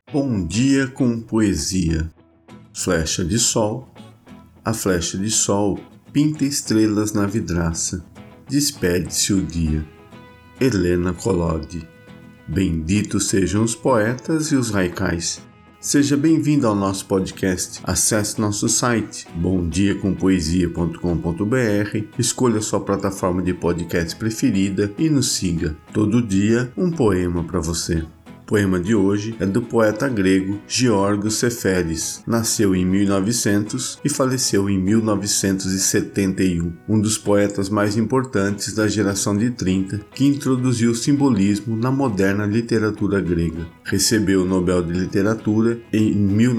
Bom dia com poesia. Flecha de sol. A flecha de sol pinta estrelas na vidraça. Despede-se o dia. Helena Collodi. Benditos sejam os poetas e os haikais. Seja bem-vindo ao nosso podcast. Acesse nosso site bomdiacompoesia.com.br, escolha sua plataforma de podcast preferida e nos siga. Todo dia um poema para você. O poema de hoje é do poeta grego Giorgos Seferis. Nasceu em 1900 e faleceu em 1971. Um dos poetas mais importantes da geração de 30, que introduziu o simbolismo na moderna literatura grega. Recebeu o Nobel de Literatura em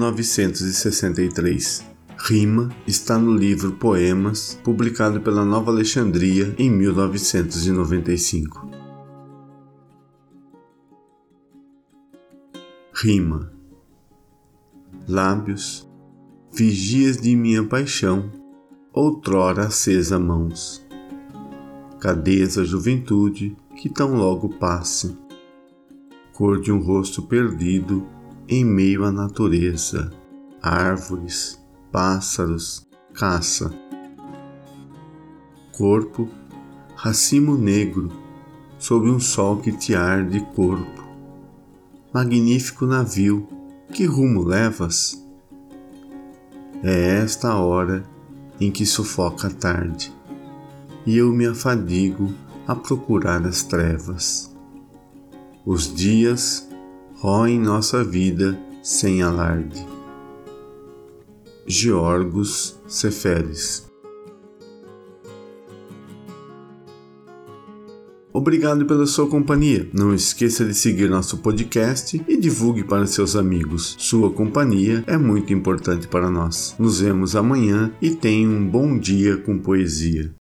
1963. Rima está no livro Poemas, publicado pela Nova Alexandria em 1995. Rima. Lábios, vigias de minha paixão, outrora acesa mãos. Cadês a juventude que tão logo passe, cor de um rosto perdido em meio à natureza, árvores, pássaros, caça. Corpo, racimo negro, sob um sol que te arde corpo. Magnífico navio, que rumo levas? É esta a hora em que sufoca a tarde, e eu me afadigo a procurar as trevas. Os dias roem nossa vida sem alarde. Giorgos Seferis. Obrigado pela sua companhia. Não esqueça de seguir nosso podcast e divulgue para seus amigos. Sua companhia é muito importante para nós. Nos vemos amanhã e tenha um bom dia com poesia.